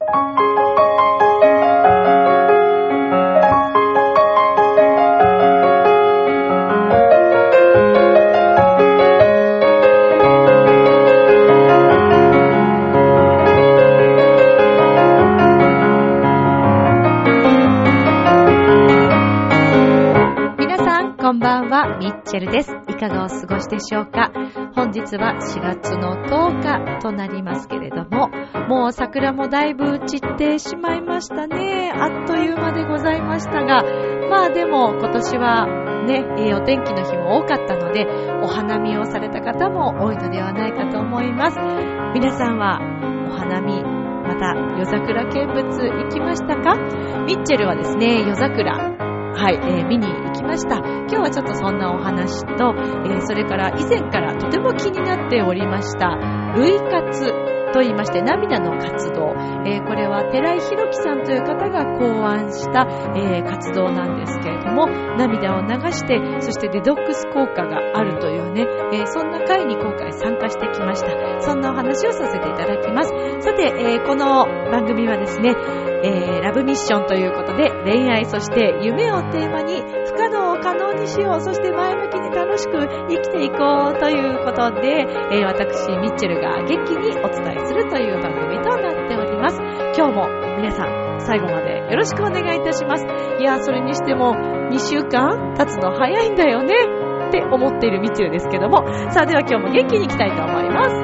こんばんは、ミッチェルです。いかがお過ごしでしょうか。本日は4月の10日となりますけれども、もう桜もだいぶ散ってしまいましたね。あっという間でございましたが、まあでも今年はね、お天気の日も多かったので、お花見をされた方も多いのではないかと思います。皆さんはお花見、また夜桜見物行きましたか？ミッチェルはですね、夜桜見に行きました。今日はちょっとそんなお話と、それから以前からとても気になっておりました涙活と言いまして涙の活動、これは寺井宏樹さんという方が考案した、活動なんですけれども、涙を流してそしてデトックス効果があるというね、そんな会に今回参加してきました。そんなお話をさせていただきます。さて、この番組はですね、ラブミッションということで恋愛そして夢をテーマに不可能を可能にしよう、そして前向きに楽しく生きていこうということで、私ミッチェルが元気にお伝えするという番組となっております。今日も皆さん最後までよろしくお願いいたします。いや、それにしても2週間経つの早いんだよねって思っているミッチェルですけども、さあでは今日も元気にいきたいと思います。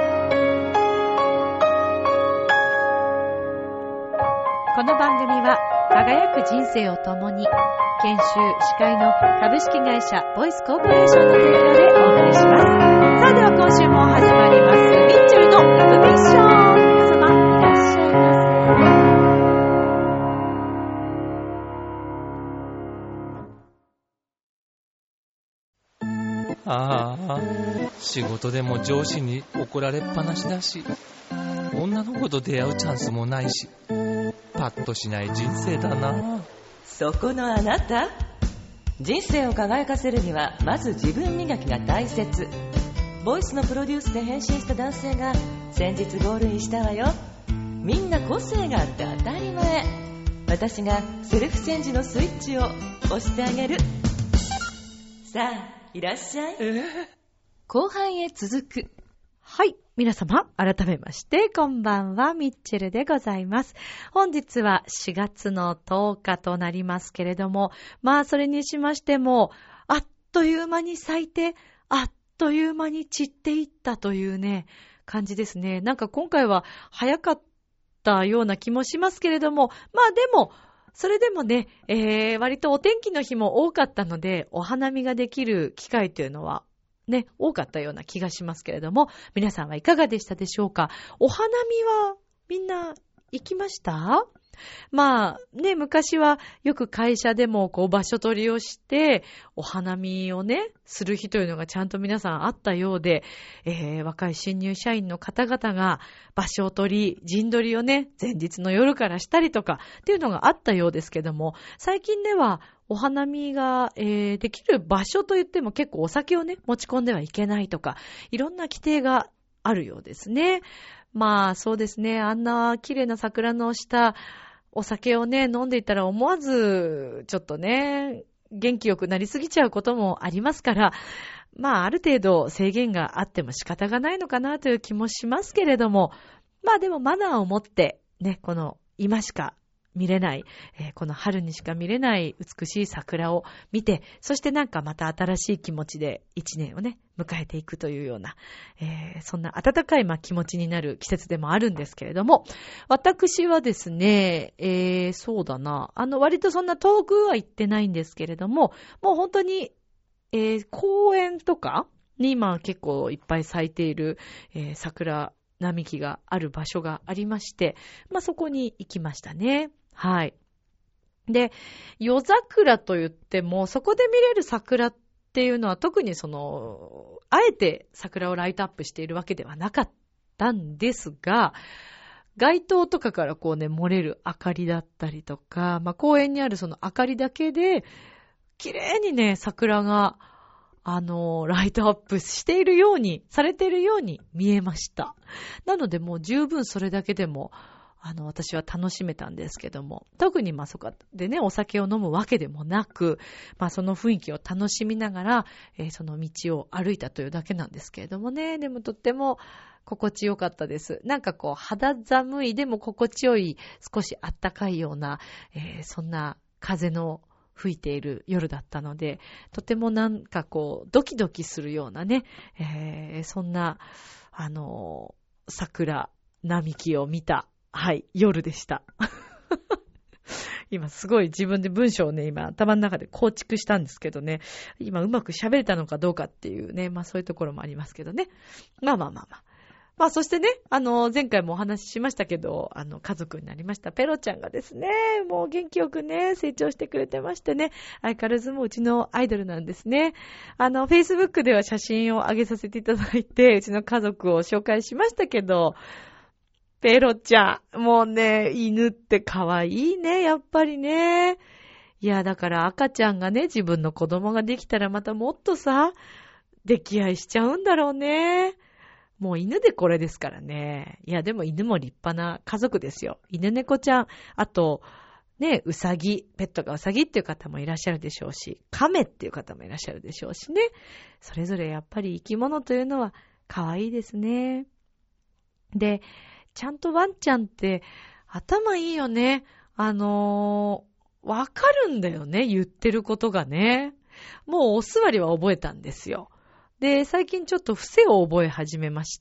この番組は輝く人生を共に研修司会の株式会社ボイスコーポレーションの提供でお送りします。さあでは今週も始まります、ミッチェルのラブミッション。皆様いらっしゃいませ。ああ、仕事でも上司に怒られっぱなしだし、女の子と出会うチャンスもないし、パッとしない人生だな。 そこのあなた、人生を輝かせるにはまず自分磨きが大切。ボイスのプロデュースで変身した男性が先日ゴールインしたわよ。みんな個性があって当たり前。私がセルフチェンジのスイッチを押してあげる。さあいらっしゃい。後半へ続く。 はい、皆様改めましてこんばんは、ミッチェルでございます。本日は4月の10日となりますけれども、まあそれにしましてもあっという間に咲いてあっという間に散っていったというね感じですね。なんか今回は早かったような気もしますけれども、まあでもそれでもね、割とお天気の日も多かったのでお花見ができる機会というのはね、多かったような気がしますけれども、皆さんはいかがでしたでしょうか？お花見はみんな行きました？まあね、昔はよく会社でもこう場所取りをしてお花見をねする日というのがちゃんと皆さんあったようで、若い新入社員の方々が場所取り、陣取りをね前日の夜からしたりとかっていうのがあったようですけども、最近ではお花見が、できる場所といっても結構お酒をね持ち込んではいけないとかいろんな規定があるようですね。まあそうですね、あんな綺麗な桜の下お酒をね飲んでいたら思わずちょっとね元気よくなりすぎちゃうこともありますから、まあある程度制限があっても仕方がないのかなという気もしますけれども、まあでもマナーを持ってね、この今しか見れない、この春にしか見れない美しい桜を見て、そしてなんかまた新しい気持ちで一年をね迎えていくというような、そんな温かい気持ちになる季節でもあるんですけれども、私はですね、そうだな、割とそんな遠くは行ってないんですけれども、もう本当に、公園とかに今結構いっぱい咲いている、桜並木がある場所がありまして、まあそこに行きましたね。はい。で、夜桜と言っても、そこで見れる桜っていうのは特にあえて桜をライトアップしているわけではなかったんですが、街灯とかからこうね、漏れる明かりだったりとか、まあ公園にあるその明かりだけで、綺麗にね、桜が、ライトアップしているように、されているように見えました。なのでもう十分それだけでも、 私は楽しめたんですけども、特にそこでね、お酒を飲むわけでもなく、その雰囲気を楽しみながら、その道を歩いたというだけなんですけれどもね、でもとっても心地よかったです。なんか肌寒いでも心地よい、少しあったかいような、そんな風の吹いている夜だったので、とてもなんかドキドキするようなね、そんな、桜並木を見た、夜でした。今すごい自分で文章をね、今頭の中で構築したんですけどね、今うまく喋れたのかどうかっていうね、そういうところもありますけどね。そしてね、前回もお話ししましたけど、家族になりましたペロちゃんがですね、もう元気よくね、成長してくれてましてね、相変わらずもううちのアイドルなんですね。Facebook では写真を上げさせていただいて、うちの家族を紹介しましたけど、ペロちゃん、もうね、犬って可愛いね、やっぱりね。いや、だから赤ちゃんがね、自分の子供ができたらまたもっとさ、溺愛しちゃうんだろうね。もう犬でこれですからね。いや、でも犬も立派な家族ですよ。犬猫ちゃん、あと、ね、うさぎ、ペットがうさぎっていう方もいらっしゃるでしょうし、亀っていう方もいらっしゃるでしょうしね。それぞれやっぱり生き物というのは可愛いですね。で、ちゃんとワンちゃんって頭いいよね。わかるんだよね、言ってることがね。もうお座りは覚えたんですよ。で、最近ちょっと伏せを覚え始めまして、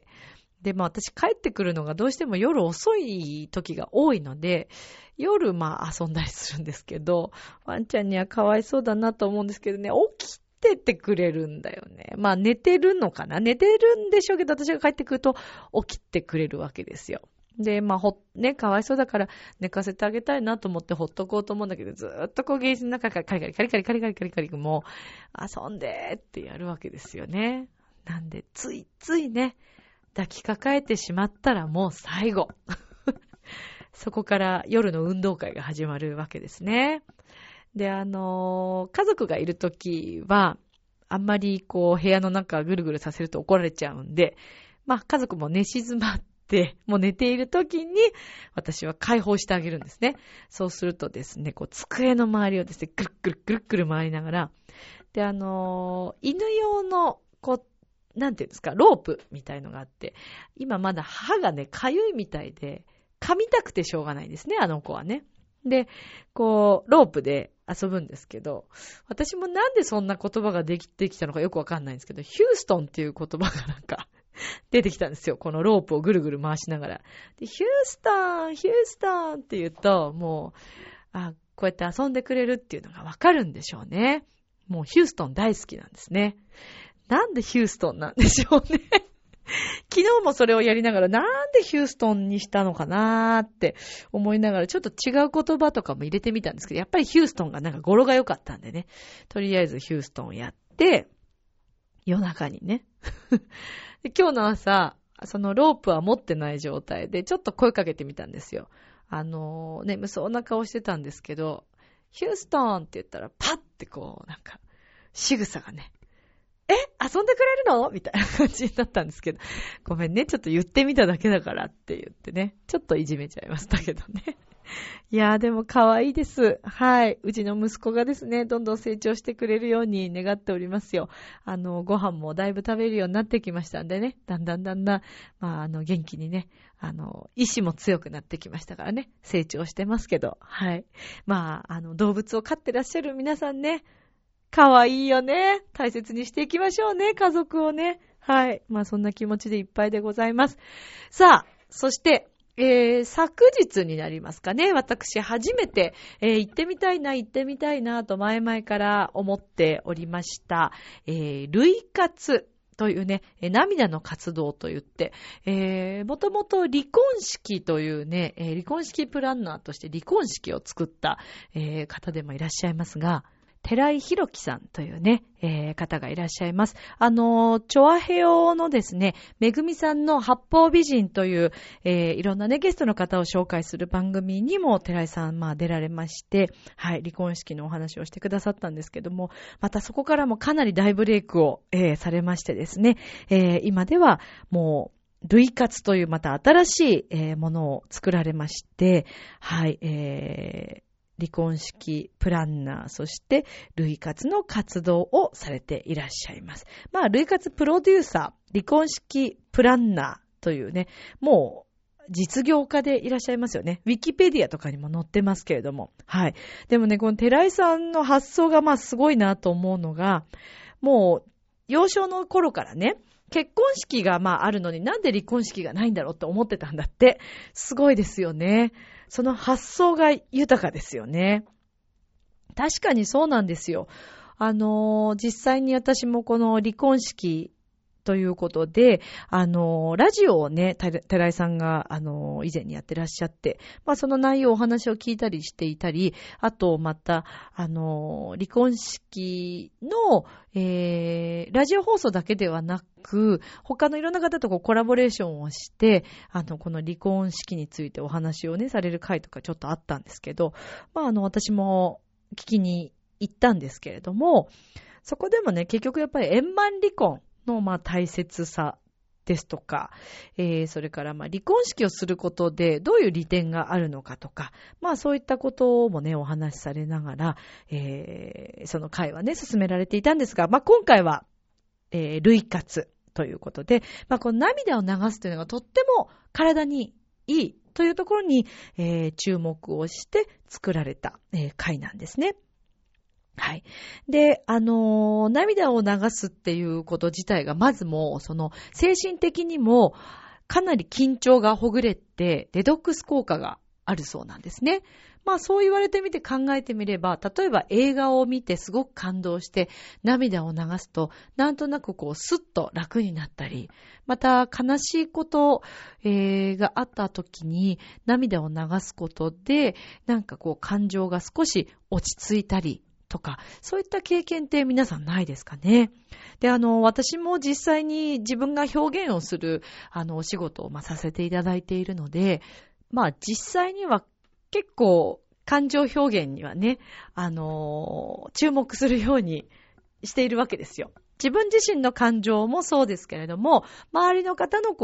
で、私帰ってくるのがどうしても夜遅い時が多いので、夜遊んだりするんですけど、ワンちゃんにはかわいそうだなと思うんですけどね、起きててくれるんだよね。寝てるのかな？寝てるんでしょうけど、私が帰ってくると起きてくれるわけですよ。で、かわいそうだから寝かせてあげたいなと思ってほっとこうと思うんだけど、ずーっとゲージの中からカリカリもう遊んでってやるわけですよね。なんで、ついついね、抱きかかえてしまったらもう最後。そこから夜の運動会が始まるわけですね。で、家族がいるときは、あんまり部屋の中ぐるぐるさせると怒られちゃうんで、家族も寝静まって、もう寝ているときに、私は解放してあげるんですね。そうするとですね、机の周りをですね、ぐるっくる回りながら、で、犬用の、なんていうんですか、ロープみたいのがあって、今まだ歯がね、かゆいみたいで、噛みたくてしょうがないんですね、あの子はね。で、ロープで遊ぶんですけど、私もなんでそんな言葉ができてきたのかよくわかんないんですけど、ヒューストンっていう言葉がなんか出てきたんですよ。このロープをぐるぐる回しながら。で、ヒューストンって言うと、もう、こうやって遊んでくれるっていうのがわかるんでしょうね。もうヒューストン大好きなんですね。なんでヒューストンなんでしょうね。昨日もそれをやりながら、なんでヒューストンにしたのかなーって思いながら、ちょっと違う言葉とかも入れてみたんですけど、やっぱりヒューストンがなんか語呂が良かったんでね。とりあえずヒューストンをやって、夜中にね。で今日の朝、そのロープは持ってない状態で、ちょっと声かけてみたんですよ。眠そうな顔してたんですけど、ヒューストンって言ったら、パッてなんか、仕草がね、遊んでくれるのみたいな感じになったんですけど、ごめんね、ちょっと言ってみただけだからって言ってね、ちょっといじめちゃいましたけどね。いやーでも可愛いです。はい。うちの息子がですね、どんどん成長してくれるように願っておりますよ。ご飯もだいぶ食べるようになってきましたんでね、だんだん、元気にね、意志も強くなってきましたからね、成長してますけど、はい。動物を飼ってらっしゃる皆さんね、可愛いよね。大切にしていきましょうね、家族をね。はい。そんな気持ちでいっぱいでございます。さあ、そして、昨日になりますかね。私、初めて、行ってみたいなと前々から思っておりました。類活というね、涙の活動と言って、もともと離婚式というね、離婚式プランナーとして離婚式を作った、方でもいらっしゃいますが、寺井宏樹さんというね、方がいらっしゃいます。チョアヘオのですね、めぐみさんの八方美人という、いろんなね、ゲストの方を紹介する番組にも寺井さん、出られまして、はい、離婚式のお話をしてくださったんですけども、またそこからもかなり大ブレイクを、されましてですね、今ではも類活というまた新しいものを作られまして、はい、離婚式プランナー、そして類活の活動をされていらっしゃいます。まあ、類活プロデューサー、離婚式プランナーというね、もう実業家でいらっしゃいますよね。ウィキペディアとかにも載ってますけれども。はい。でもね、この寺井さんの発想がまあすごいなと思うのが、もう幼少の頃からね、結婚式がまああるのになんで離婚式がないんだろうって思ってたんだって。すごいですよね。その発想が豊かですよね。確かにそうなんですよ。実際に私もこの離婚式ということで、ラジオをね、寺井さんが、以前にやってらっしゃって、まあ、その内容お話を聞いたりしていたり、あと、また、離婚式の、ラジオ放送だけではなく、他のいろんな方とコラボレーションをして、この離婚式についてお話をね、される回とかちょっとあったんですけど、まあ、私も聞きに行ったんですけれども、そこでもね、結局やっぱり円満離婚のまあ大切さですとか、それからまあ離婚式をすることでどういう利点があるのかとか、まあそういったこともねお話しされながら、その会はね進められていたんですが、まあ今回は、類活ということで、まあこの涙を流すというのがとっても体にいいというところに、注目をして作られた、会なんですね。はい。で、涙を流すっていうこと自体が、まずもう、精神的にも、かなり緊張がほぐれて、デトックス効果があるそうなんですね。まあ、そう言われてみて考えてみれば、例えば映画を見てすごく感動して、涙を流すと、なんとなくスッと楽になったり、また悲しいこと、があった時に、涙を流すことで、なんか感情が少し落ち着いたり、とか、そういった経験って皆さんないですかね。で、私も実際に自分が表現をする、お仕事をさせていただいているので、まあ実際には結構感情表現にはね、注目するようにしているわけですよ。自分自身の感情もそうですけれども、周りの方の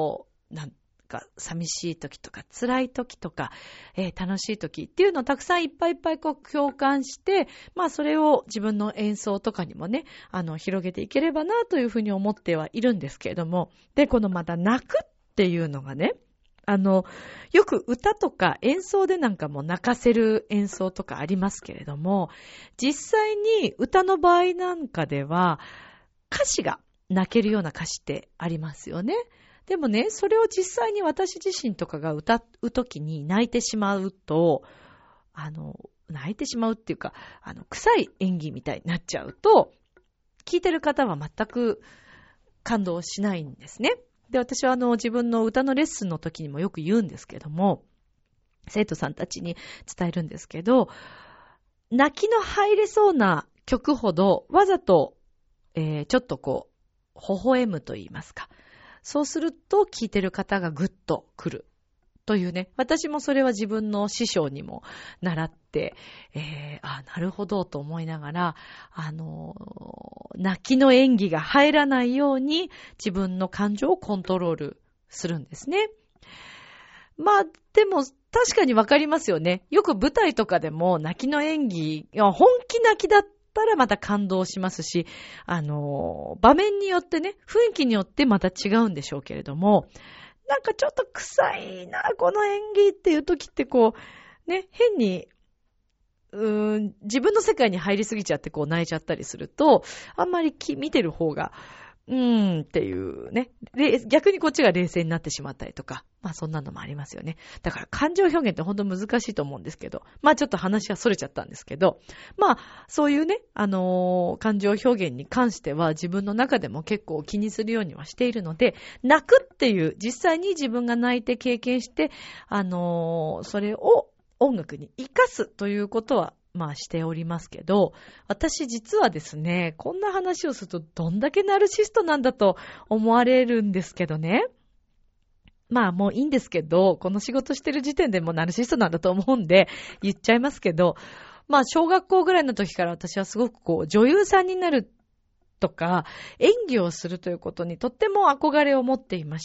寂しい時とか辛い時とか、楽しい時っていうのをたくさんいっぱいいっぱい共感して、まあそれを自分の演奏とかにもね、広げていければなというふうに思ってはいるんですけれども、で、このまた泣くっていうのがね、よく歌とか演奏でなんかも泣かせる演奏とかありますけれども、実際に歌の場合なんかでは歌詞が泣けるような歌詞ってありますよね。でもね、それを実際に私自身とかが歌うときに泣いてしまうと、泣いてしまうっていうか、臭い演技みたいになっちゃうと、聞いてる方は全く感動しないんですね。で、私は自分の歌のレッスンの時にもよく言うんですけども、生徒さんたちに伝えるんですけど、泣きの入れそうな曲ほど、わざと、ちょっと微笑むと言いますか。そうすると聞いてる方がぐっと来るというね。私もそれは自分の師匠にも習って、なるほどと思いながら、泣きの演技が入らないように自分の感情をコントロールするんですね。まあ、でも確かにわかりますよね。よく舞台とかでも泣きの演技、本気泣きだったらまた感動しますし、場面によってね、雰囲気によってまた違うんでしょうけれども、なんかちょっと臭いな、この演技っていう時ってね、変に、自分の世界に入りすぎちゃって泣いちゃったりすると、あんまり見てる方が、っていうね。逆にこっちが冷静になってしまったりとか。まあそんなのもありますよね。だから感情表現って本当難しいと思うんですけど。まあちょっと話は逸れちゃったんですけど。まあそういうね、感情表現に関しては自分の中でも結構気にするようにはしているので、泣くっていう、実際に自分が泣いて経験して、それを音楽に活かすということは、まあしておりますけど、私実はですね、こんな話をするとどんだけナルシストなんだと思われるんですけどね。まあもういいんですけど、この仕事してる時点でもうナルシストなんだと思うんで言っちゃいますけど、まあ小学校ぐらいの時から私はすごく女優さんになるとか演技をするということにとっても憧れを持っていました。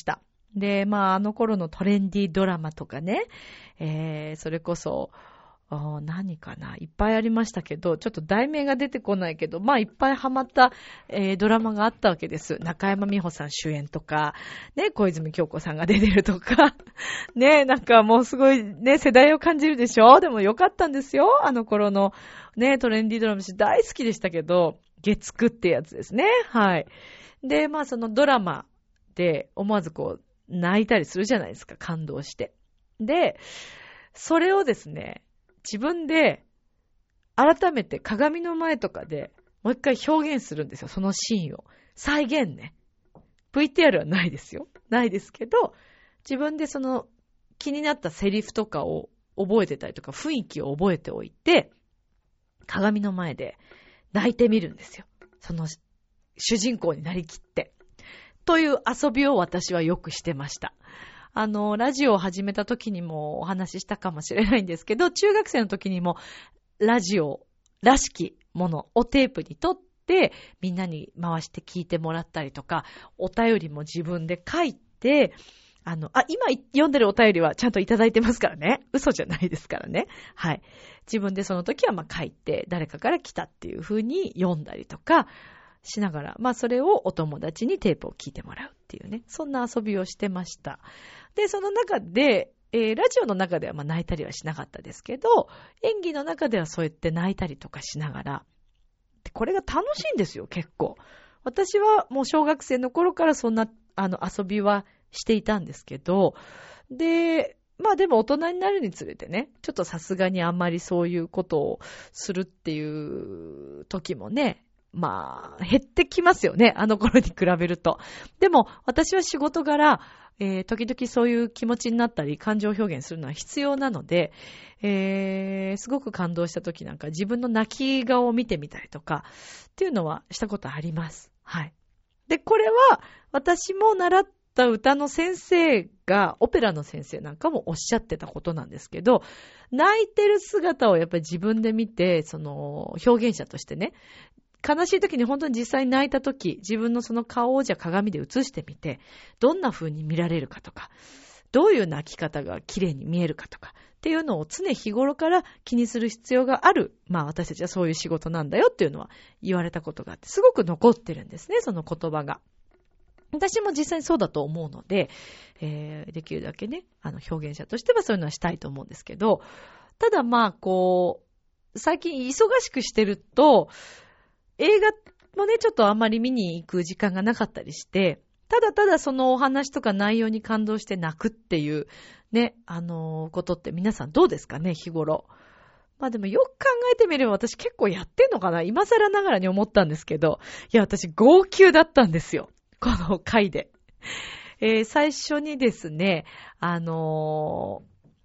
で、あの頃のトレンディードラマとかね、それこそ、何かな、いっぱいありましたけど、ちょっと題名が出てこないけど、いっぱいハマった、ドラマがあったわけです。中山美穂さん主演とか、ね、小泉京子さんが出てるとか、ね、なんかもうすごいね、世代を感じるでしょ？でもよかったんですよ。あの頃のね、トレンディードラマ大好きでしたけど、月9ってやつですね。はい。で、そのドラマで思わず泣いたりするじゃないですか、感動して。で、それをですね、自分で改めて鏡の前とかでもう一回表現するんですよ、そのシーンを。再現ね。VTR はないですよ。ないですけど、自分でその気になったセリフとかを覚えてたりとか、雰囲気を覚えておいて、鏡の前で泣いてみるんですよ。その主人公になりきって。という遊びを私はよくしてました。ラジオを始めた時にもお話ししたかもしれないんですけど、中学生の時にもラジオらしきものをテープに取ってみんなに回して聞いてもらったりとか、お便りも自分で書いて、今読んでるお便りはちゃんといただいてますからね。嘘じゃないですからね。はい。自分でその時は書いて誰かから来たっていう風に読んだりとかしながら、それをお友達にテープを聞いてもらうっていうね、そんな遊びをしてました。で、その中で、ラジオの中では泣いたりはしなかったですけど、演技の中ではそうやって泣いたりとかしながら、でこれが楽しいんですよ、結構。私はもう小学生の頃からそんな遊びはしていたんですけど、で、でも大人になるにつれてね、ちょっとさすがにあんまりそういうことをするっていう時もね、減ってきますよね。あの頃に比べると。でも、私は仕事柄、時々そういう気持ちになったり、感情表現するのは必要なので、すごく感動した時なんか自分の泣き顔を見てみたりとか、っていうのはしたことあります。はい。で、これは、私も習った歌の先生が、オペラの先生なんかもおっしゃってたことなんですけど、泣いてる姿をやっぱり自分で見て、その表現者としてね、悲しい時に本当に実際に泣いた時、自分のその顔を鏡で映してみて、どんな風に見られるかとか、どういう泣き方が綺麗に見えるかとか、っていうのを常日頃から気にする必要がある。私たちはそういう仕事なんだよっていうのは言われたことがあって、すごく残ってるんですね、その言葉が。私も実際にそうだと思うので、できるだけね、表現者としてはそういうのはしたいと思うんですけど、ただ最近忙しくしてると、映画もね、ちょっとあんまり見に行く時間がなかったりして、ただただそのお話とか内容に感動して泣くっていうね、ことって皆さんどうですかね、日頃。でもよく考えてみれば私結構やってんのかな、今更ながらに思ったんですけど、いや私号泣だったんですよ、この回で。最初にですね、落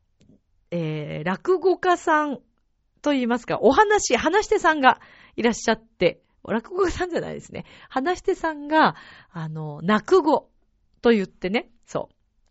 語家さんと言いますか、話し手さんがいらっしゃって、落語家さんじゃないですね。話し手さんが、泣く語と言ってね、そう。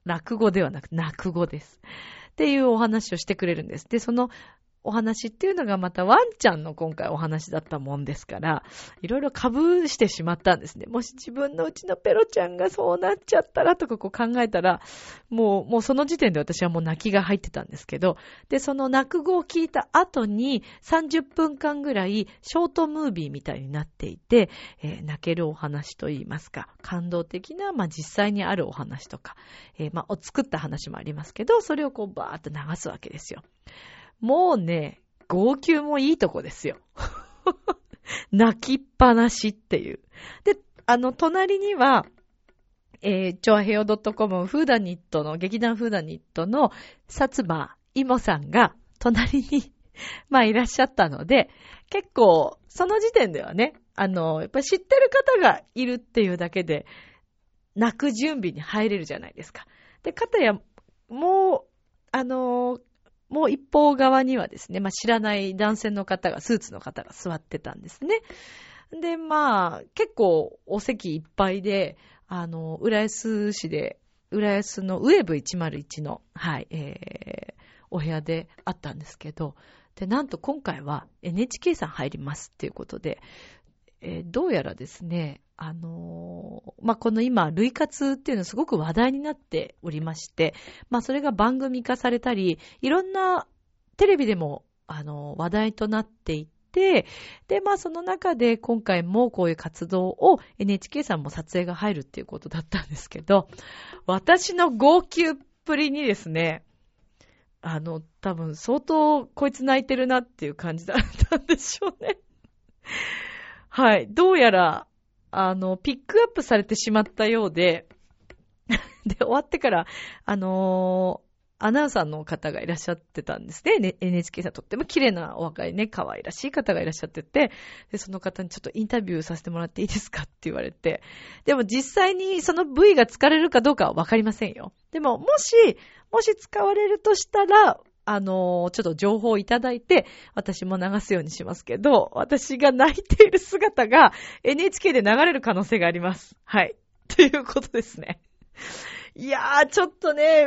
落語ではなく、泣く語です。っていうお話をしてくれるんです。で、そのお話っていうのがまたワンちゃんの今回お話だったもんですから、いろいろ被してしまったんですね。もし自分のうちのペロちゃんがそうなっちゃったらとか考えたら、もうその時点で私はもう泣きが入ってたんですけど、で、その泣く語を聞いた後に30分間ぐらいショートムービーみたいになっていて、泣けるお話といいますか、感動的な、実際にあるお話とか、作った話もありますけど、それをバーっと流すわけですよ。もうね、号泣もいいとこですよ。泣きっぱなしっていう。で、隣には、チョアヘヨ .com フーダニットの、劇団フーダニットの薩摩いもさんが隣に、いらっしゃったので、結構、その時点ではね、やっぱり知ってる方がいるっていうだけで、泣く準備に入れるじゃないですか。で、片や、もう一方側にはですね、知らない男性の方が、スーツの方が座ってたんですね。で、結構お席いっぱいで、浦安市で、浦安のウェブ101の、お部屋であったんですけど、で、なんと今回は NHK さん入りますっていうことで、どうやらですね、 この今、類活っていうのはすごく話題になっておりまして、それが番組化されたり、いろんなテレビでも、話題となっていて、で、その中で今回もこういう活動を NHK さんも撮影が入るっていうことだったんですけど、私の号泣っぷりにですね、多分相当こいつ泣いてるなっていう感じだったんでしょうね。はい。どうやら、ピックアップされてしまったようで、で、終わってから、アナウンサーの方がいらっしゃってたんですね。NHK さんとっても綺麗なお若いね、可愛らしい方がいらっしゃってて、で、その方にちょっとインタビューさせてもらっていいですかって言われて、でも実際にその部位が使われるかどうかはわかりませんよ。でも、もし使われるとしたら、ちょっと情報をいただいて、私も流すようにしますけど、私が泣いている姿が NHK で流れる可能性があります。はい。ということですね。いやー、ちょっとね、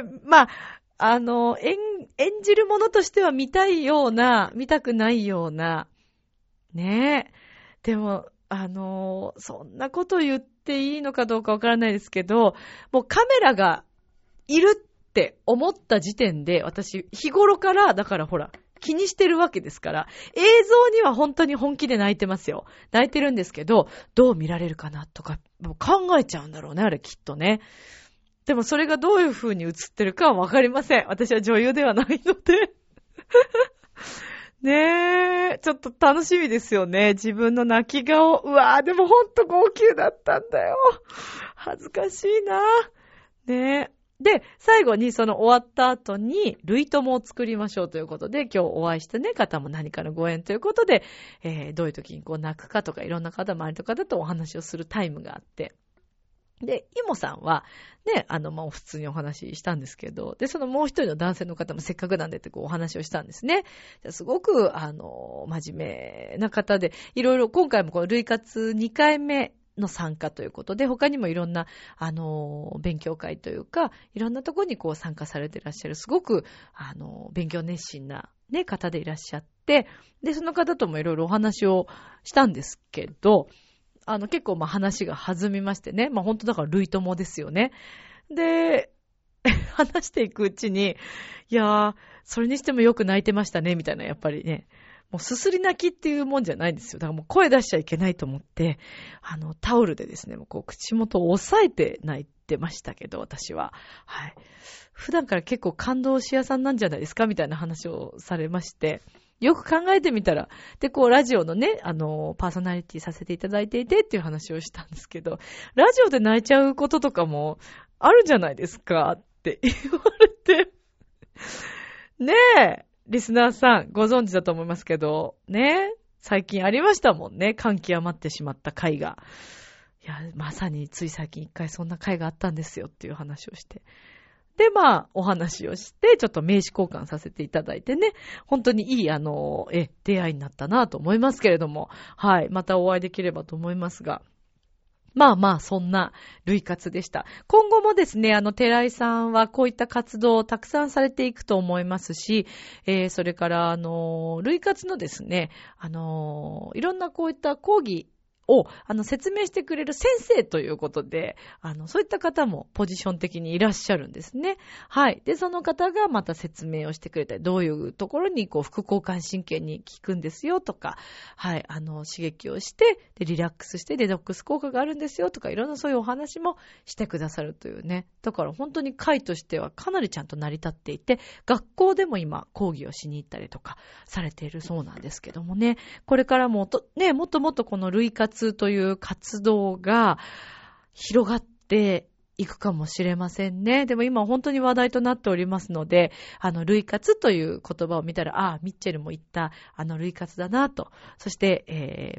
演じるものとしては見たいような、見たくないような、ねえ。でも、そんなこと言っていいのかどうかわからないですけど、もうカメラがいるって思った時点で、私、日頃から、だからほら、気にしてるわけですから、映像には本当に本気で泣いてますよ。泣いてるんですけど、どう見られるかなとか、もう考えちゃうんだろうね、あれきっとね。でもそれがどういう風に映ってるかはわかりません。私は女優ではないので。ねえ、ちょっと楽しみですよね。自分の泣き顔。うわぁ、でもほんと号泣だったんだよ。恥ずかしいな。ねえ。で、最後にその終わった後に、類友を作りましょうということで、今日お会いしたね、方も何かのご縁ということで、どういう時にこう泣くかとか、いろんな方、周りの方とお話をするタイムがあって、で、イモさんは、ね、普通にお話ししたんですけど、で、そのもう一人の男性の方もせっかくなんでってこうお話をしたんですね。すごく、真面目な方で、いろいろ、今回もこの類活2回目の参加ということで、他にもいろんな、勉強会というか、いろんなところにこう参加されていらっしゃる、すごく、勉強熱心な、ね、方でいらっしゃって、で、その方ともいろいろお話をしたんですけど、結構話が弾みましてね。本当だから類友ですよね。で、話していくうちに、いやー、それにしてもよく泣いてましたね、みたいな、やっぱりね。もうすすり泣きっていうもんじゃないんですよ。だからもう声出しちゃいけないと思って、タオルでですね、こう口元を押さえて泣いてましたけど、私は。はい。普段から結構感動し屋さんなんじゃないですかみたいな話をされまして。よく考えてみたら、で、こう、ラジオのね、パーソナリティさせていただいていてっていう話をしたんですけど、ラジオで泣いちゃうこととかもあるじゃないですかって言われて。ねえ、リスナーさんご存知だと思いますけど、ね、最近ありましたもんね、感極まってしまった回が。いや、まさについ最近一回そんな回があったんですよっていう話をして。で、お話をして、ちょっと名刺交換させていただいてね、本当にいい、出会いになったなと思いますけれども、はい、またお会いできればと思いますが、そんな類活でした。今後もですね、寺井さんはこういった活動をたくさんされていくと思いますし、それから、類活のですね、いろんなこういった講義、を説明してくれる先生ということで、そういった方もポジション的にいらっしゃるんですね。はい。で、その方がまた説明をしてくれたり、どういうところにこう副交感神経に効くんですよとか、はい。刺激をして、で、リラックスしてデトックス効果があるんですよとか、いろんなそういうお話もしてくださるというね。だから本当に会としてはかなりちゃんと成り立っていて、学校でも今講義をしに行ったりとかされているそうなんですけどもね。これからもね、もっともっとこの類活という活動が広がっていくかもしれませんね。でも今本当に話題となっておりますので、類活という言葉を見たら、ミッチェルも言った類活だなと。そして、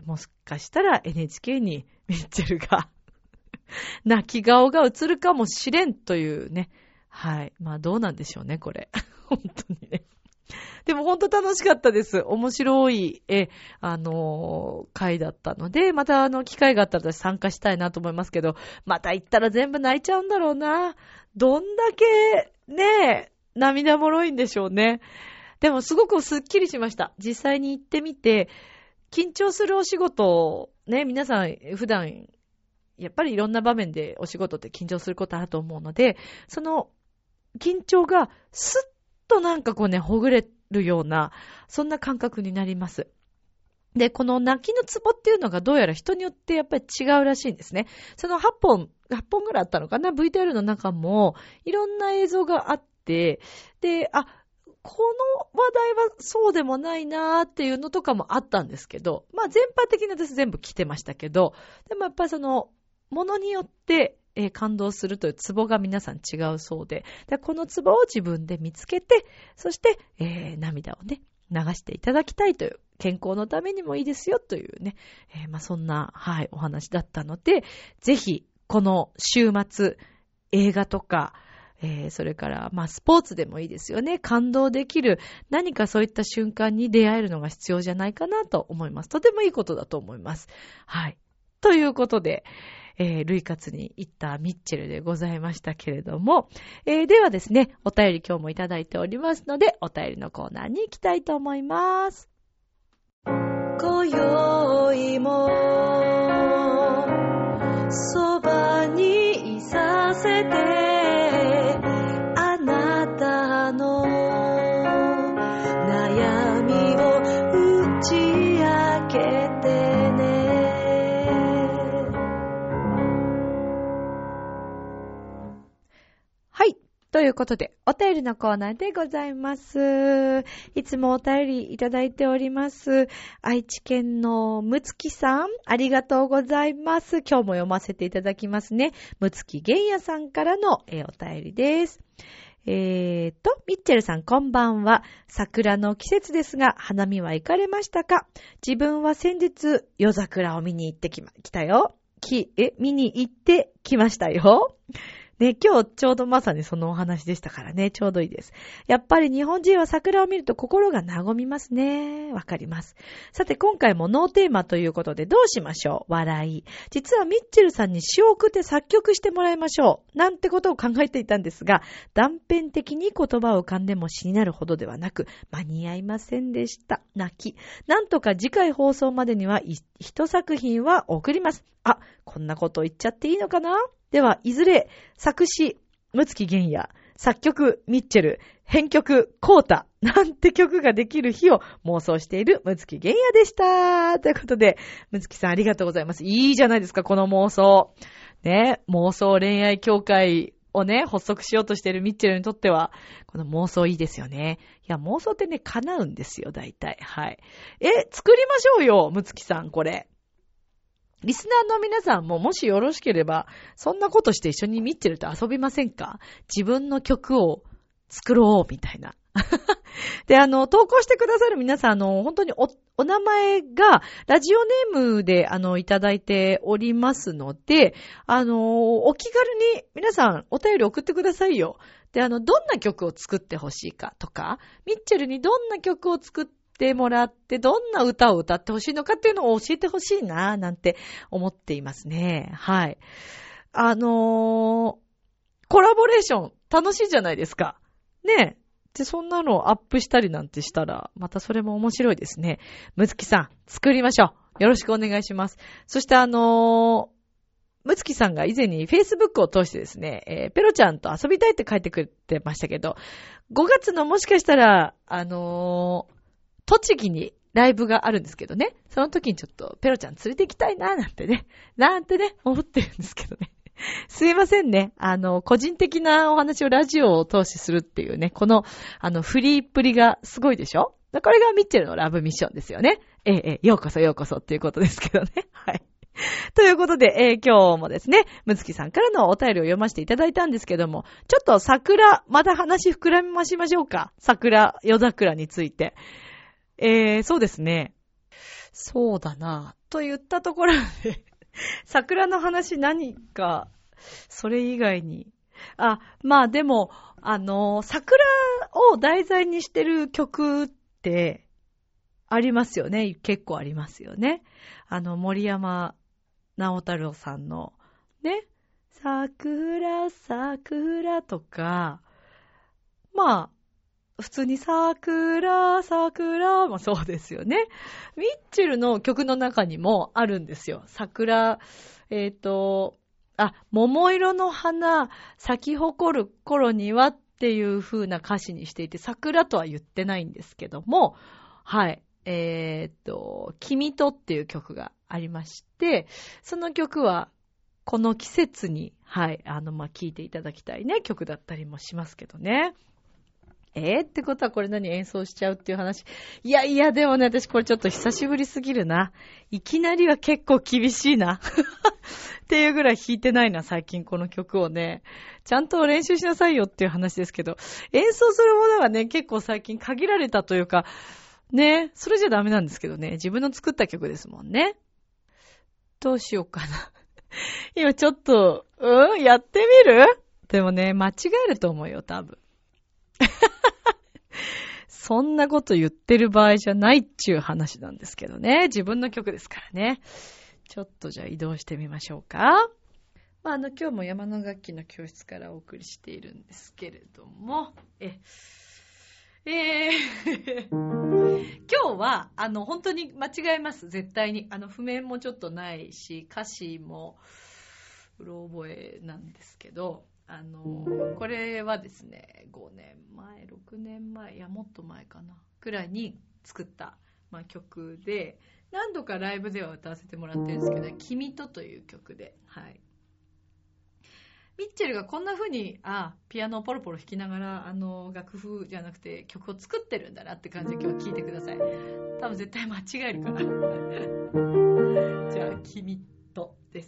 もしかしたら NHK にミッチェルが泣き顔が映るかもしれんというね。はい。どうなんでしょうね、これ。本当にね。でも本当楽しかったです。面白い、会だったので、また機会があったら私参加したいなと思いますけど、また行ったら全部泣いちゃうんだろうな。どんだけ、ね、涙もろいんでしょうね。でもすごくスッキリしました。実際に行ってみて、緊張するお仕事をね、皆さん普段やっぱりいろんな場面でお仕事って緊張することあると思うので、その緊張がスッとなんかこうね、ほぐれるような、そんな感覚になります。で、この泣きのツボっていうのがどうやら人によってやっぱり違うらしいんですね。その8本ぐらいあったのかな ?VTR の中もいろんな映像があって、で、この話題はそうでもないなーっていうのとかもあったんですけど、まあ全般的に私全部来てましたけど、でもやっぱりそのものによって感動するというツボが皆さん違うそうで、このツボを自分で見つけて、そして、涙をね、流していただきたいという、健康のためにもいいですよというね、まあそんな、はい、お話だったので、ぜひ、この週末、映画とか、それから、まあスポーツでもいいですよね。感動できる、何かそういった瞬間に出会えるのが必要じゃないかなと思います。とてもいいことだと思います。はい。ということで、類活に行ったミッチェルでございましたけれども、ではですね、お便り今日もいただいておりますので、お便りのコーナーに行きたいと思います。今宵もそばにいさせて、あなたの悩みを打ち明けてね。はい。ということで、お便りのコーナーでございます。いつもお便りいただいております。愛知県のむつきさん、ありがとうございます。今日も読ませていただきますね。むつきげんやさんからの、お便りです。ミッチェルさんこんばんは。桜の季節ですが、花見は行かれましたか？自分は先日、夜桜を見に行ってきたよ。見に行ってきましたよ。ね、今日ちょうどまさにそのお話でしたからね、ちょうどいいです。やっぱり日本人は桜を見ると心が和みますね。わかります。さて今回もノーテーマということでどうしましょう？笑い。実はミッチェルさんに詩を送って作曲してもらいましょう。なんてことを考えていたんですが、断片的に言葉を浮かんでも詩になるほどではなく、間に合いませんでした。泣き。なんとか次回放送までには一作品は送ります。こんなこと言っちゃっていいのかな？では、いずれ、作詞、むつきげんや、作曲、ミッチェル、編曲、コータ、なんて曲ができる日を妄想しているむつきげんやでした。ということで、むつきさんありがとうございます。いいじゃないですか、この妄想。ね、妄想恋愛協会をね、発足しようとしているミッチェルにとっては、この妄想いいですよね。いや、妄想ってね、叶うんですよ、大体。はい。作りましょうよ、むつきさん、これ。リスナーの皆さんももしよろしければ、そんなことして一緒にミッチェルと遊びませんか？自分の曲を作ろうみたいな。で、投稿してくださる皆さん、本当にお名前がラジオネームでいただいておりますので、お気軽に皆さんお便り送ってくださいよ。で、どんな曲を作ってほしいかとか、ミッチェルにどんな曲を作ってもらって、どんな歌を歌ってほしいのかっていうのを教えてほしいな、なんて思っていますね。はい。コラボレーション楽しいじゃないですか。ねえ。で、そんなのをアップしたりなんてしたら、またそれも面白いですね。むつきさん、作りましょう。よろしくお願いします。そしてむつきさんが以前に Facebook を通してですね、ペロちゃんと遊びたいって書いてくれてましたけど、5月のもしかしたら、栃木にライブがあるんですけどね、その時にちょっとペロちゃん連れて行きたいな、なんてね、思ってるんですけどね。すいませんね。個人的なお話をラジオを通してするっていうね、この、フリーっぷりがすごいでしょ？これがミッチェルのラブミッションですよね。ようこそっていうことですけどね。はい。ということで、今日もですね、むつきさんからのお便りを読ませていただいたんですけども、ちょっと桜、また話膨らみましょうか。夜桜について。そうですね。そうだな。と言ったところで、桜の話何か、それ以外に。まあでも、桜を題材にしてる曲ってありますよね。結構ありますよね。森山直太朗さんのね、桜とか、まあ、 普通に桜もそうですよね。ミッチェルの曲の中にもあるんですよ。桜、桃色の花咲き誇る頃にはっていう風な歌詞にしていて、桜とは言ってないんですけども、はい。君とっていう曲がありまして、その曲はこの季節に、はい、聴いていただきたいね、曲だったりもしますけどね。ってことはこれ何演奏しちゃうっていう話。いや、でもね、私これちょっと久しぶりすぎるな。いきなりは結構厳しいな。っていうぐらい弾いてないな、最近この曲をね。ちゃんと練習しなさいよっていう話ですけど、演奏するものがね、結構最近限られたというか、ね、それじゃダメなんですけどね。自分の作った曲ですもんね。どうしようかな。今ちょっと、やってみる？でもね、間違えると思うよ、多分。そんなこと言ってる場合じゃないっちゅう話なんですけどね。自分の曲ですからね。ちょっとじゃあ移動してみましょうか。今日も山の楽器の教室からお送りしているんですけれども、今日は、本当に間違えます。絶対に。譜面もちょっとないし、歌詞も、うろ覚えなんですけど、これはですね、5年前、6年前、いや、もっと前かな、くらいに作った、曲で、何度かライブでは歌わせてもらってるんですけど、君とという曲で、はい。ミッチェルがこんな風に、ピアノをポロポロ弾きながら、楽譜じゃなくて曲を作ってるんだなって感じで今日は聴いてください。多分絶対間違えるから。じゃあ、君とです。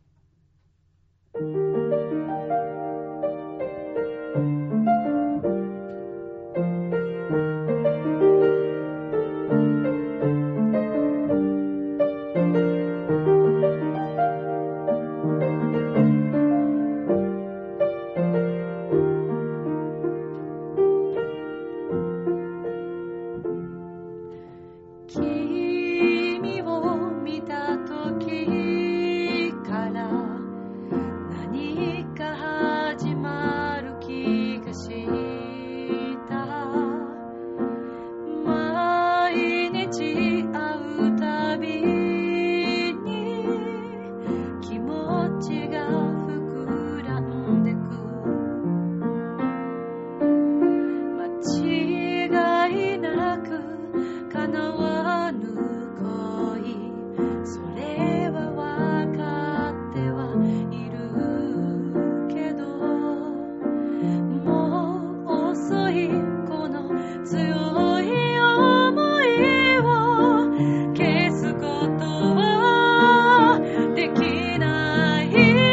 君を見た時から何か始まる気がした毎日会うたびに気持ちが膨らんでく間違いなく叶わぬ恋それは分かってはいるけどもう遅いこの強い想いを消すことはできない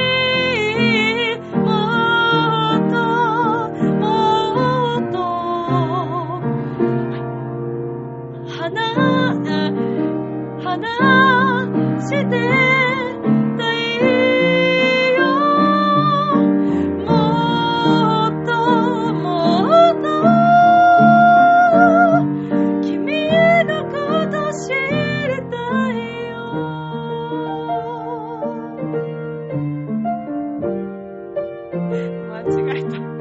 もっともっと離してたいよもっともっと君のこと知りたいよ間違えた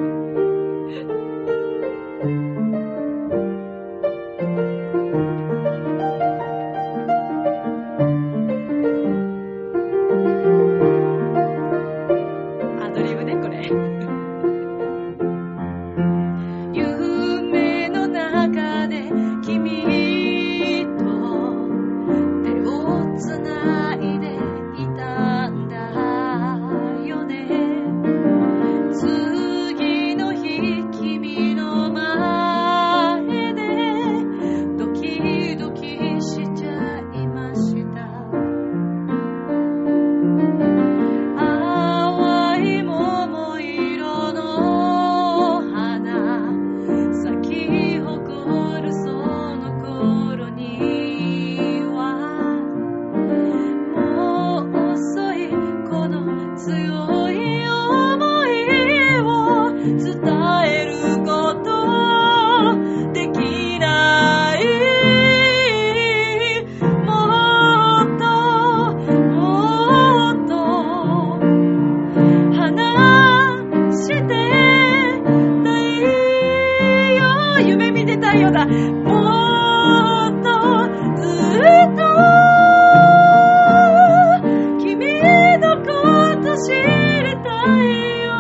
夢の中で君と手をつないでいたんだよね次の日君の前でドキドキしちゃいました淡い桃色の花咲き誇るその頃にはもう遅いこの強い想いを伝えることできないもっともっと離してたいよ夢ないようだ。もっとずっと君のこと知りたいよ。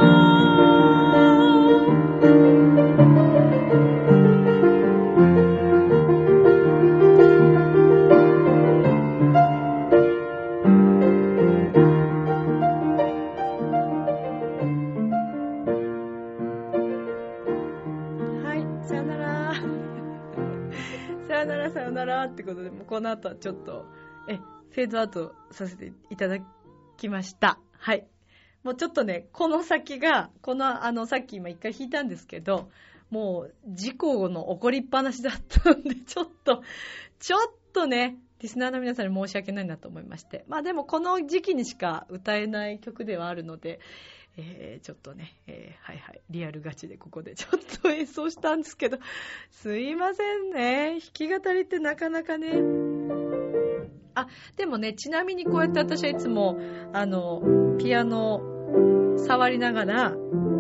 はい、さよなら。さよならさよならってことで、もうこの後はちょっとフェードアウトさせていただきました。はい。もうちょっとね、この先がさっき今一回弾いたんですけど、もう事故の起こりっぱなしだったんで、ちょっとね、リスナーの皆さんに申し訳ないなと思いまして、まあでもこの時期にしか歌えない曲ではあるので、ちょっとね、はいリアルガチでここでちょっと演奏したんですけど、すいませんね、弾き語りってなかなかね。でもね、ちなみにこうやって私はいつもピアノ触りながら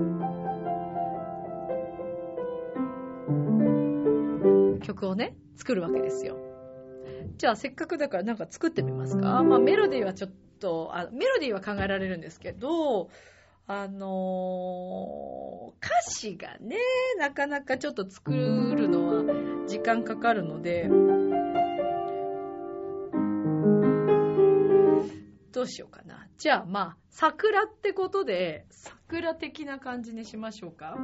曲をね作るわけですよ。じゃあせっかくだからなんか作ってみますか。まあメロディーはちょっとメロディーは考えられるんですけど、歌詞がねなかなかちょっと作るのは時間かかるので、どうしようかな。じゃあまあ桜ってことで桜的な感じにしましょうか。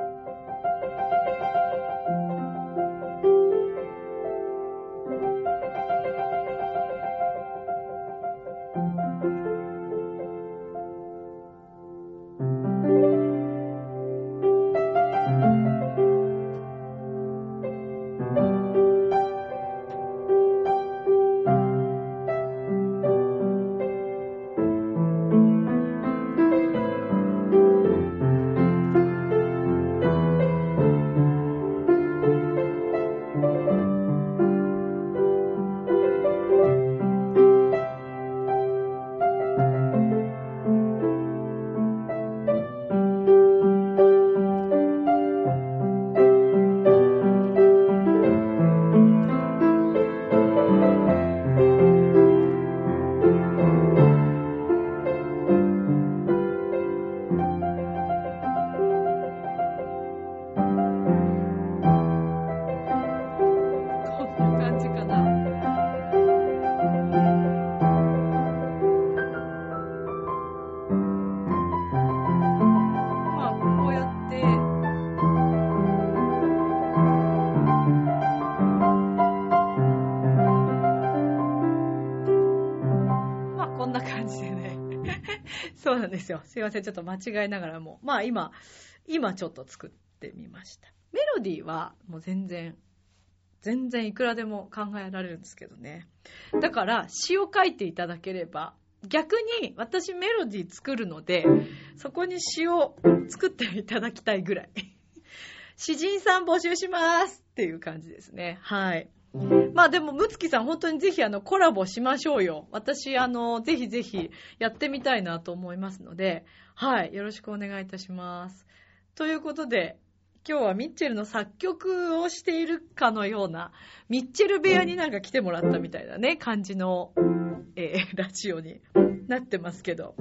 そうなんですよ。すいません。ちょっと間違いながらも。まあ今ちょっと作ってみました。メロディーはもう全然いくらでも考えられるんですけどね。だから詩を書いていただければ、逆に私メロディー作るので、そこに詩を作っていただきたいぐらい。詩人さん募集しますっていう感じですね。はい。まあでもむつきさん本当にぜひコラボしましょうよ。私ぜひぜひやってみたいなと思いますので、はい、よろしくお願いいたします。ということで今日はミッチェルの作曲をしているかのようなミッチェル部屋になんか来てもらったみたいなね感じの、ラジオになってますけど、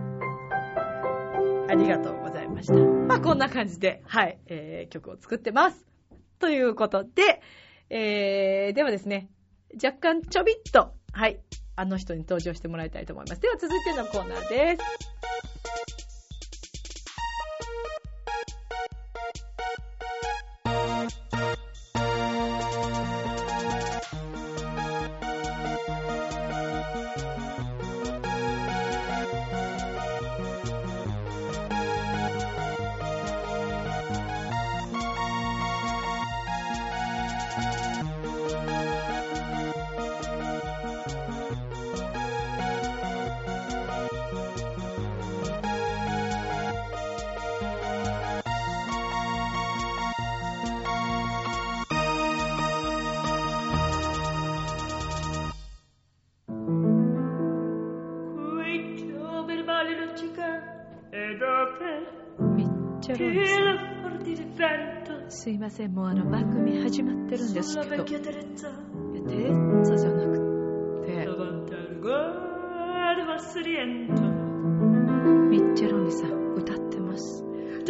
ありがとうございました。まあこんな感じではい、曲を作ってますということで。ではですね、若干ちょびっと、はい、あの人に登場してもらいたいと思います。では続いてのコーナーです。ミッチェロイさん。 すいません、もう番組始まってるんですけど、テレッツァじゃなくてミッチェロニさん歌ってます。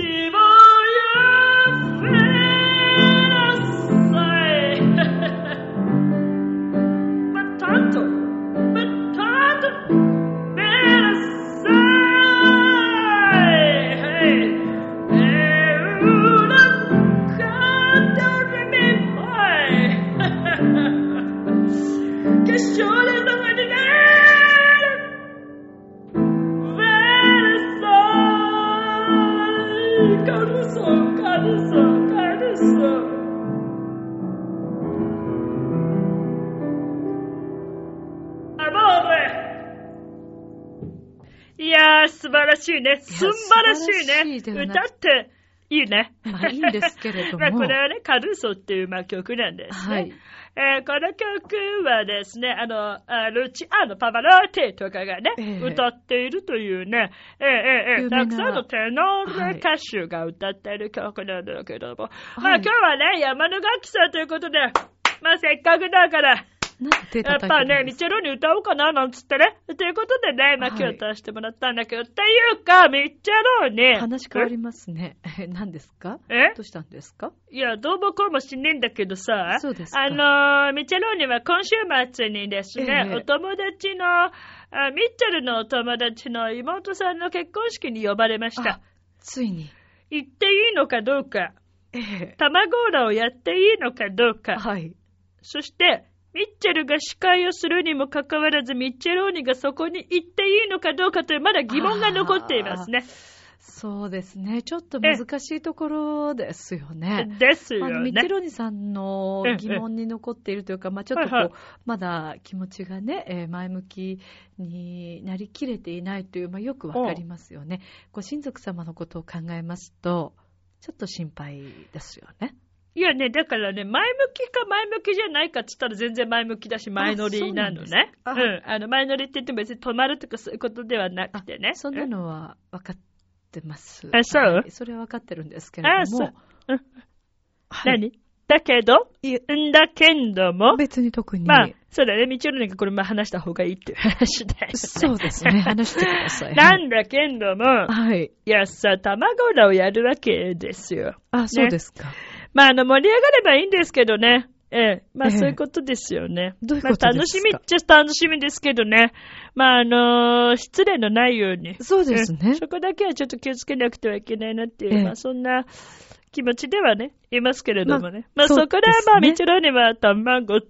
いやー、素晴らしいね。素晴らしいね。歌っていいね。 まあいいんですけれども。 まあこれはね、カルーソっていう曲なんですね。はい。この曲はですね、ルチアーノ・パバローティとかがね、歌っているというね、たくさんのテノール歌手が歌っている曲なんだけども、はい、まあ今日はね、山の楽器さんということで、まあせっかくだから、やっぱね、ミチェロに歌おうかななんつってね。ということでね、今日歌わせてもらったんだけど、っていうか、ミッチェロに。 話変わりますね。何ですか？どうしたんですか？ いや、どうもこうもしねえんだけどさ、 そうですか。 ミチェロには今週末にですね、お友達の、ミッチェルのお友達の妹さんの結婚式に呼ばれました。 ついに。 行っていいのかどうか。卵オーラをやっていいのかどうか。 はい。 そして、ミッチェルが司会をするにもかかわらず、ミッチェローニがそこに行っていいのかどうかというまだ疑問が残っていますね。 そうですね。ちょっと難しいところですよね。 ですよね。 ミッチェローニさんの疑問に残っているというか、まあちょっとこう、まだ気持ちがね、前向きになりきれていないという、まあよくわかりますよね。ご親族様のことを考えますと、ちょっと心配ですよね。 いやね、だからね、前向きか前向きじゃないかって言ったら全然前向きだし、前乗りなのね。前乗りって言っても別に止まるとかそういうことではなくてね。 そんなのは分かってます。 そう、 それは分かってるんですけれども。 何だけども。 別に特に。 まあ、そうだね。みちおのがこれ話した方がいいっていう話ですね。 そうですね。話してください。 なんだけども。 はい。 いやさ、卵裏をやるわけですよ。 そうですか。 まあ、盛り上がればいいんですけどね。まあ、そういうことですよね。 どういうことですか？ 楽しみっちゃ楽しみですけどね。まあ、失礼のないように。 そうですね。 そこだけはちょっと気をつけなくてはいけないなっていう、まあ、そんな気持ちではね、いますけれどもね。まあ、そこでまあ、みちろには、卵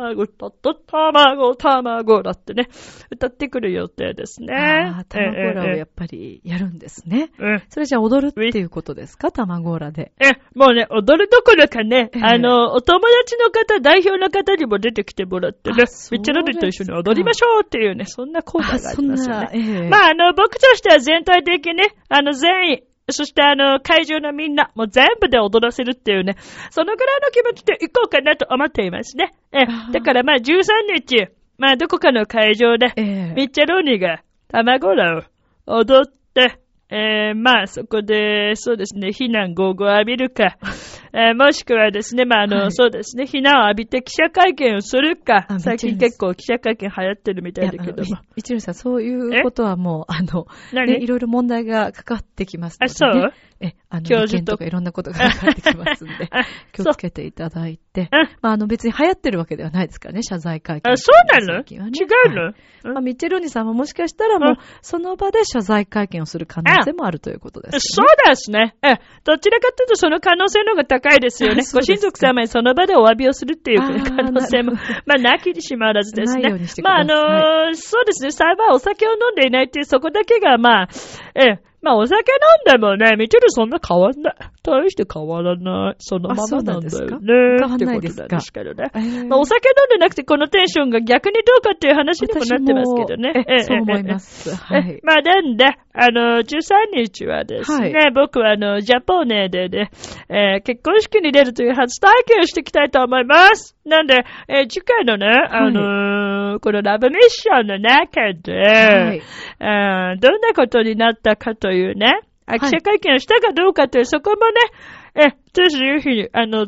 だってね、歌ってくる予定ですね。 卵オラをやっぱりやるんですね。それじゃあ踊るっていうことですか？卵オラで。 もうね、踊るどころかね、お友達の方、代表の方にも出てきてもらってね、みちろにと一緒に踊りましょうっていうね、そんなコーナーがありますよね。まあ、僕としては全体的にね、全員、そして会場のみんな、もう全部で踊らせるっていうね、そのぐらいの気持ちで行こうかなと思っていますね。だからまあ13日、まあどこかの会場で、ミッチェローニが卵らを踊って、まあそこで、そうですね、非難合々を浴びるか、もしくはですね、まあそうですね、非難を浴びて記者会見をするか、最近結構記者会見流行ってるみたいだけども。 一ノさん、そういうことはもう、ね、いろいろ問題がかかってきますので、ね。 そう意見とかいろんなことがかかってきますんで、気をつけていただいて、まあ別に流行ってるわけではないですからね、謝罪会見。 そうなの？違うの？ まあミッチェローニさんももしかしたらもう、その場で謝罪会見をする可能性もあるということですね。 そうですね。どちらかというとその可能性の方が高いですよね。ご親族様にその場でお詫びをするっていう可能性も、まあなきにしもあらずですね。まあそうですね、幸いお酒を飲んでいないっていうそこだけがまあ、まあお酒飲んでもね、ミチェルそんな変わんない。大して変わらない。そのままなんだよね。 変わんないですか？ ってことなんですけどね。まあお酒飲んでなくてこのテンションが逆にどうかっていう話にもなってますけどね。 そう思います。はい。 まあなんで、13日はですね、僕はジャポネでね、結婚式に出るという初体験をしていきたいと思います。なんで、次回のね、このラブミッションの中で、どんなことになったかというね、記者会見をしたかどうかという、そこもぜひ、ぜひ、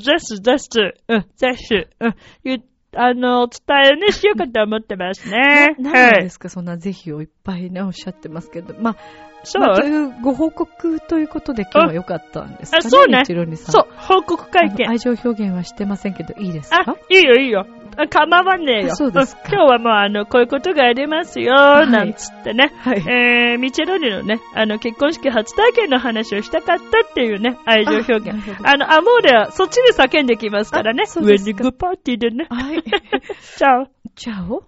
お伝えね、しようかと思ってますね。 何ですか、そんなぜひをいっぱいね、おっしゃってますけど。そう、というご報告ということで今日は良かったんですかね。 そうね。 そう、 報告会見。 愛情表現はしてませんけど、いいですか？ いいよ。構わねえよ。 そうですか。 今日はもうこういうことがありますよ、なんつってね。ミチェロニのね、結婚式初体験の話をしたかったっていうね、愛情表現。アモーレはそっちで叫んできますからね。ウェディングパーティーでね。 はい。 チャオ。 チャオ。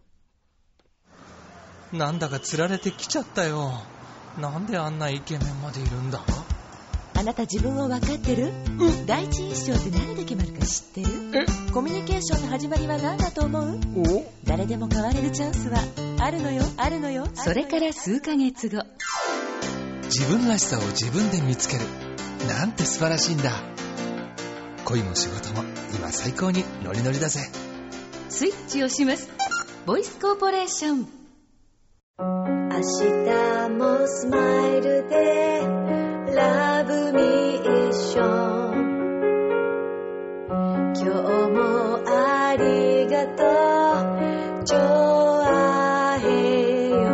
なんだか釣られてきちゃったよ。なんであんなイケメンまでいるんだ？ あなた自分を分かってる？第一印象って何で決まるか知ってる？コミュニケーションの始まりは何だと思う？誰でも変われるチャンスはあるのよ。それから数ヶ月後、 自分らしさを自分で見つけるなんて素晴らしいんだ。恋も仕事も今最高にノリノリだぜ。 スイッチをします。ボイスコーポレーション。 明日もスマイルでラブミッション。今日もありがとうジョアヘヨ。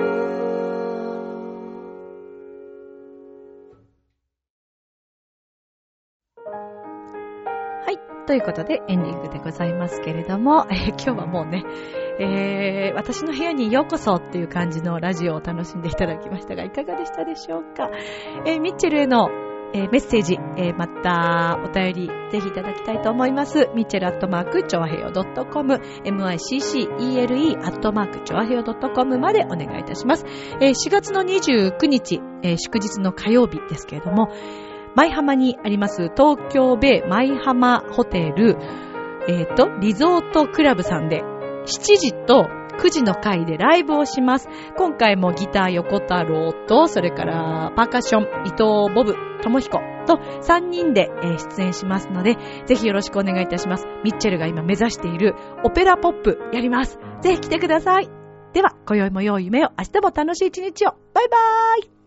はい、ということでエンディングでございますけれども、今日はもうね、私の部屋にようこそっていう感じのラジオを楽しんでいただきましたが、いかがでしたでしょうか？ミッチェルへの、メッセージ、またお便りぜひいただきたいと思います。ミッチェル@チョアヘヨ .com、miccele @チョアヘヨ .com までお願いいたします。4月の29日、祝日の火曜日ですけれども、舞浜にあります東京ベイ舞浜ホテル、リゾートクラブさんで7時と9時の回でライブをします。今回もギター横太郎と、それからパーカッション伊藤ボブ智彦と3人で出演しますので、ぜひよろしくお願いいたします。ミッチェルが今目指しているオペラポップやります。ぜひ来てください。では、今宵も良い夢を、明日も楽しい一日を。バイバーイ。